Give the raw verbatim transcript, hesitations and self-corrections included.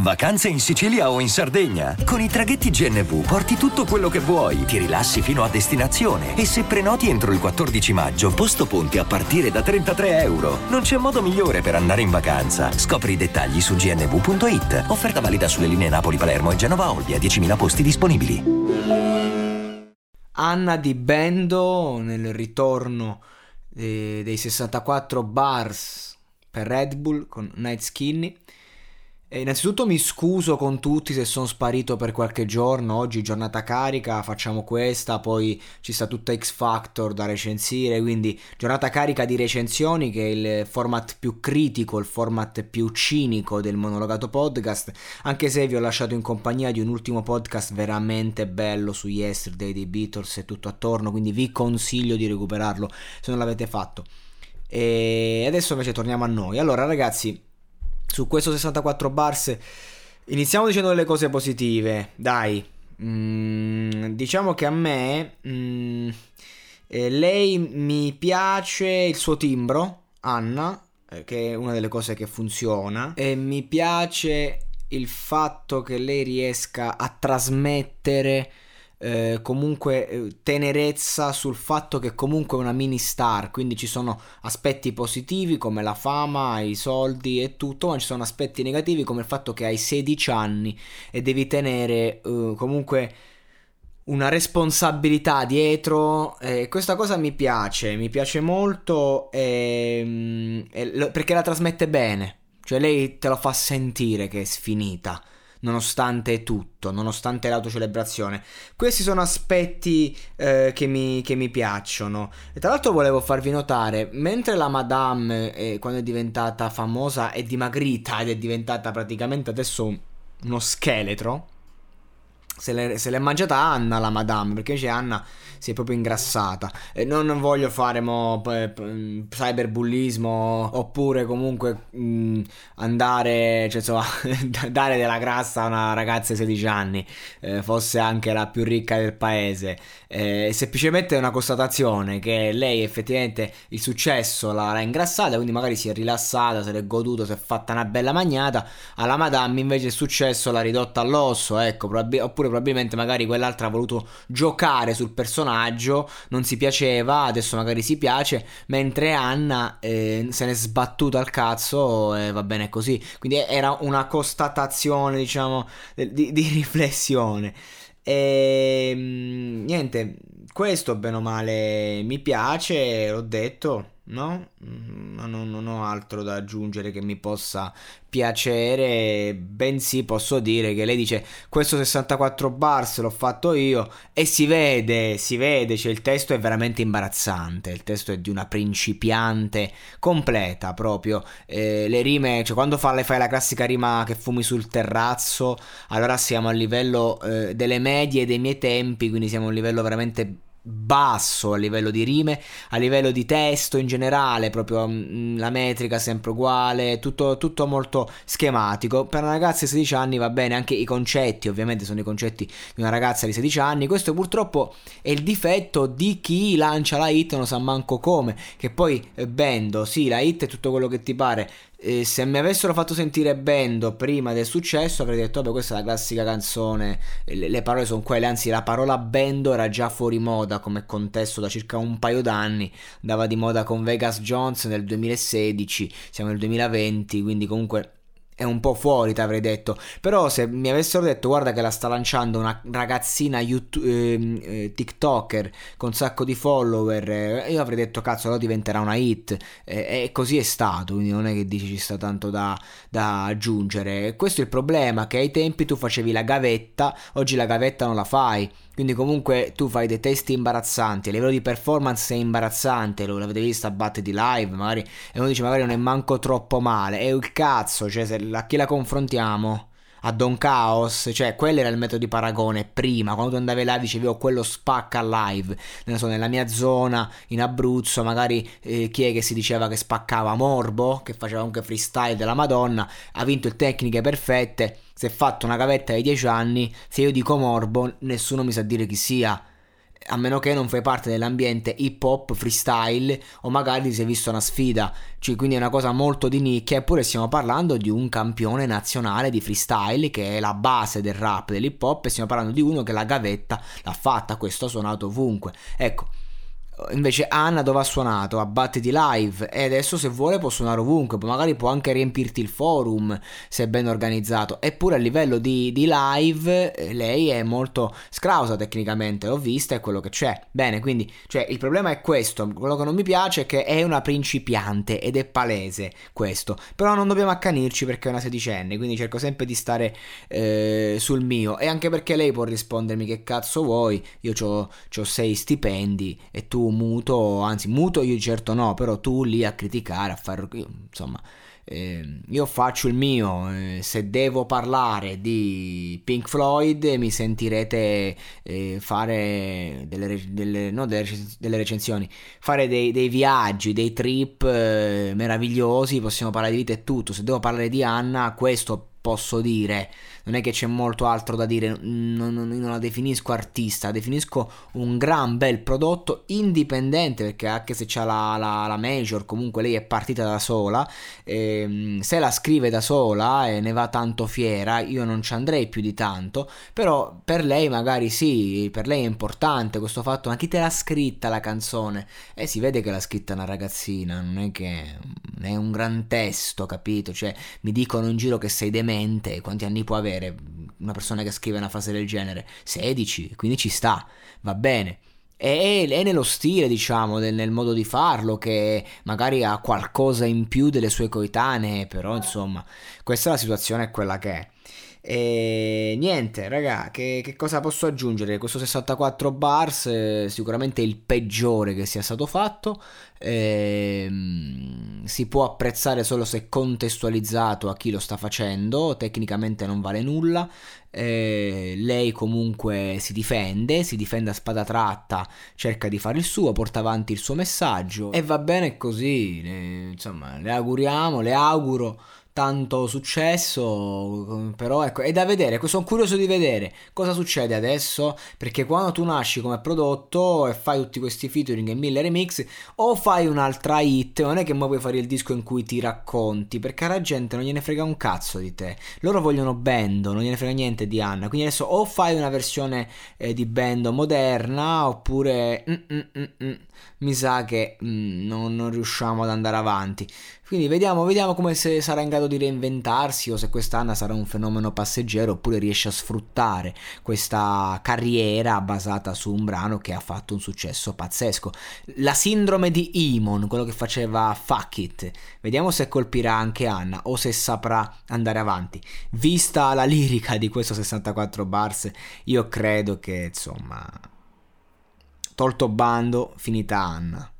Vacanze in Sicilia o in Sardegna? Con i traghetti G N V porti tutto quello che vuoi, ti rilassi fino a destinazione e se prenoti entro il quattordici maggio, posto ponti a partire da trentatré euro. Non c'è modo migliore per andare in vacanza. Scopri i dettagli su g n v punto i t. Offerta valida sulle linee Napoli-Palermo e Genova-Olbia, diecimila posti disponibili. Anna Di Bendo nel ritorno eh, dei sessantaquattro bars per Red Bull con Night Skinny. E innanzitutto mi scuso con tutti se sono sparito per qualche giorno. Oggi giornata carica, facciamo questa, poi ci sta tutta X Factor da recensire, quindi giornata carica di recensioni, che è il format più critico, il format più cinico del monologato podcast, anche se vi ho lasciato in compagnia di un ultimo podcast veramente bello su Yesterday dei Beatles e tutto attorno, quindi vi consiglio di recuperarlo se non l'avete fatto. E adesso invece torniamo a noi. Allora ragazzi, su questo sessantaquattro bars iniziamo dicendo delle cose positive, dai. Mm, diciamo che a me mm, eh, lei mi piace il suo timbro, Anna, eh, che è una delle cose che funziona, e mi piace il fatto che lei riesca a trasmettere Eh, comunque eh, tenerezza sul fatto che comunque è una mini star, quindi ci sono aspetti positivi come la fama, i soldi e tutto, ma ci sono aspetti negativi come il fatto che hai sedici anni e devi tenere eh, comunque una responsabilità dietro. Eh, questa cosa mi piace, mi piace molto eh, eh, perché la trasmette bene, cioè lei te lo fa sentire che è sfinita nonostante tutto, nonostante l'autocelebrazione. Questi sono aspetti eh, che, mi, che mi piacciono. E tra l'altro volevo farvi notare, mentre la Madame eh, quando è diventata famosa è dimagrita ed è diventata praticamente adesso uno scheletro, se l'è, se l'è mangiata Anna la Madame, perché invece Anna si è proprio ingrassata. E non, non voglio fare mo p- p- cyberbullismo oppure comunque mh, andare, cioè insomma dare della grassa a una ragazza di sedici anni, eh, fosse anche la più ricca del paese. Eh, semplicemente è una constatazione che lei effettivamente il successo l'ha, l'ha ingrassata, quindi magari si è rilassata, se l'è goduto, si è fatta una bella magnata. Alla Madame invece il successo l'ha ridotta all'osso, ecco, probabil- oppure probabilmente magari quell'altra ha voluto giocare sul personaggio, non si piaceva, adesso magari si piace, mentre Anna eh, se n'è sbattuta al cazzo e va bene così. Quindi era una constatazione, diciamo, di, di riflessione. E niente, questo bene o male mi piace, l'ho detto, no? Non, non ho altro da aggiungere che mi possa piacere, bensì posso dire che lei dice questo sessantaquattro bars l'ho fatto io, e si vede, si vede, cioè il testo è veramente imbarazzante, il testo è di una principiante completa proprio, eh, le rime, cioè quando fa, fai la classica rima che fumi sul terrazzo, allora siamo a livello eh, delle medie dei miei tempi, quindi siamo a un livello veramente basso a livello di rime, a livello di testo in generale, proprio mh, la metrica sempre uguale, tutto, tutto molto schematico. Per una ragazza di sedici anni va bene, anche i concetti ovviamente sono i concetti di una ragazza di sedici anni. Questo purtroppo è il difetto di chi lancia la hit e non sa manco come, che poi eh, Bendo, sì, la hit è tutto quello che ti pare. Eh, se mi avessero fatto sentire Bendo prima del successo avrei detto vabbè, questa è la classica canzone, le, le parole sono quelle, anzi la parola Bendo era già fuori moda come contesto da circa un paio d'anni, andava di moda con Vegas Jones nel duemilasedici, siamo nel duemilaventi, quindi comunque è un po' fuori, ti avrei detto. Però se mi avessero detto guarda che la sta lanciando una ragazzina YouTube, eh, eh, TikToker con un sacco di follower, eh, io avrei detto cazzo, allora diventerà una hit, eh, e così è stato, quindi non è che dici ci sta tanto da, da aggiungere. Questo è il problema, che ai tempi tu facevi la gavetta, oggi la gavetta non la fai, quindi comunque tu fai dei testi imbarazzanti, a livello di performance è imbarazzante, lo l'avete vista a Batte di Live magari, e uno dice magari non è manco troppo male, è il cazzo, cioè se a chi la confrontiamo? A Don Chaos? Cioè quello era il metodo di paragone prima, quando tu andavi là dicevi oh quello spacca live, ne so, nella mia zona in Abruzzo magari eh, chi è che si diceva che spaccava? Morbo, che faceva anche freestyle della Madonna, ha vinto il Tecniche Perfette, si è fatto una gavetta ai dieci anni, se io dico Morbo nessuno mi sa dire chi sia. a meno che non fai parte dell'ambiente hip hop, freestyle, o magari ti sei visto una sfida, cioè, quindi è una cosa molto di nicchia. Eppure stiamo parlando di un campione nazionale di freestyle che è la base del rap, dell'hip hop, e stiamo parlando di uno che la gavetta l'ha fatta, questo ha suonato ovunque, ecco. Invece Anna dove ha suonato? A Battiti Live, e adesso se vuole può suonare ovunque, magari può anche riempirti il forum se è ben organizzato. Eppure a livello di, di live eh, lei è molto scrausa tecnicamente, l'ho vista, è quello che c'è. Bene, quindi cioè, il problema è questo, quello che non mi piace è che è una principiante ed è palese questo, però non dobbiamo accanirci perché è una sedicenne, quindi cerco sempre di stare eh, sul mio, e anche perché lei può rispondermi che cazzo vuoi, io c'ho, c'ho sei stipendi e tu muto, anzi muto io certo no, però tu lì a criticare, a fare, insomma, eh, io faccio il mio, eh, se devo parlare di Pink Floyd mi sentirete eh, fare delle, delle, no, delle, delle recensioni, fare dei, dei viaggi, dei trip eh, meravigliosi, possiamo parlare di vita e tutto. Se devo parlare di Anna, questo posso dire, non è che c'è molto altro da dire, non, non, non la definisco artista, la definisco un gran bel prodotto indipendente, perché anche se c'ha la, la, la major, comunque lei è partita da sola, e, se la scrive da sola e ne va tanto fiera, io non ci andrei più di tanto, però per lei magari sì, per lei è importante questo fatto, ma chi te l'ha scritta la canzone? E eh, si vede che l'ha scritta una ragazzina, non è che è un gran testo, capito? Cioè mi dicono in giro che sei demente, quanti anni può avere una persona che scrive una frase del genere? sedici, quindi ci sta, va bene. E è nello stile, diciamo, nel modo di farlo, che magari ha qualcosa in più delle sue coetanee, però insomma, questa è la situazione, è quella che è. E niente, raga, che, che cosa posso aggiungere? Questo sessantaquattro bars eh, sicuramente è il peggiore che sia stato fatto. Eh, si può apprezzare solo se contestualizzato a chi lo sta facendo, tecnicamente non vale nulla. Eh, lei comunque si difende, si difende a spada tratta, cerca di fare il suo, porta avanti il suo messaggio e va bene così. Le, insomma, le auguriamo, le auguro tanto successo, però ecco, è da vedere, sono curioso di vedere cosa succede adesso, perché quando tu nasci come prodotto e fai tutti questi featuring e mille remix, o fai un'altra hit, non è che poi puoi fare il disco in cui ti racconti, perché alla gente non gliene frega un cazzo di te, loro vogliono Bando, non gliene frega niente di Anna, quindi adesso o fai una versione eh, di Bando moderna, oppure mm, mm, mm, mm, mi sa che mm, non, non riusciamo ad andare avanti. Quindi vediamo, vediamo come se sarà in grado di reinventarsi, o se quest'Anna sarà un fenomeno passeggero, oppure riesce a sfruttare questa carriera basata su un brano che ha fatto un successo pazzesco. La sindrome di Imon, quello che faceva Fuck It. Vediamo se colpirà anche Anna o se saprà andare avanti. Vista la lirica di questo sessantaquattro bars, io credo che, insomma, tolto Bando, finita Anna.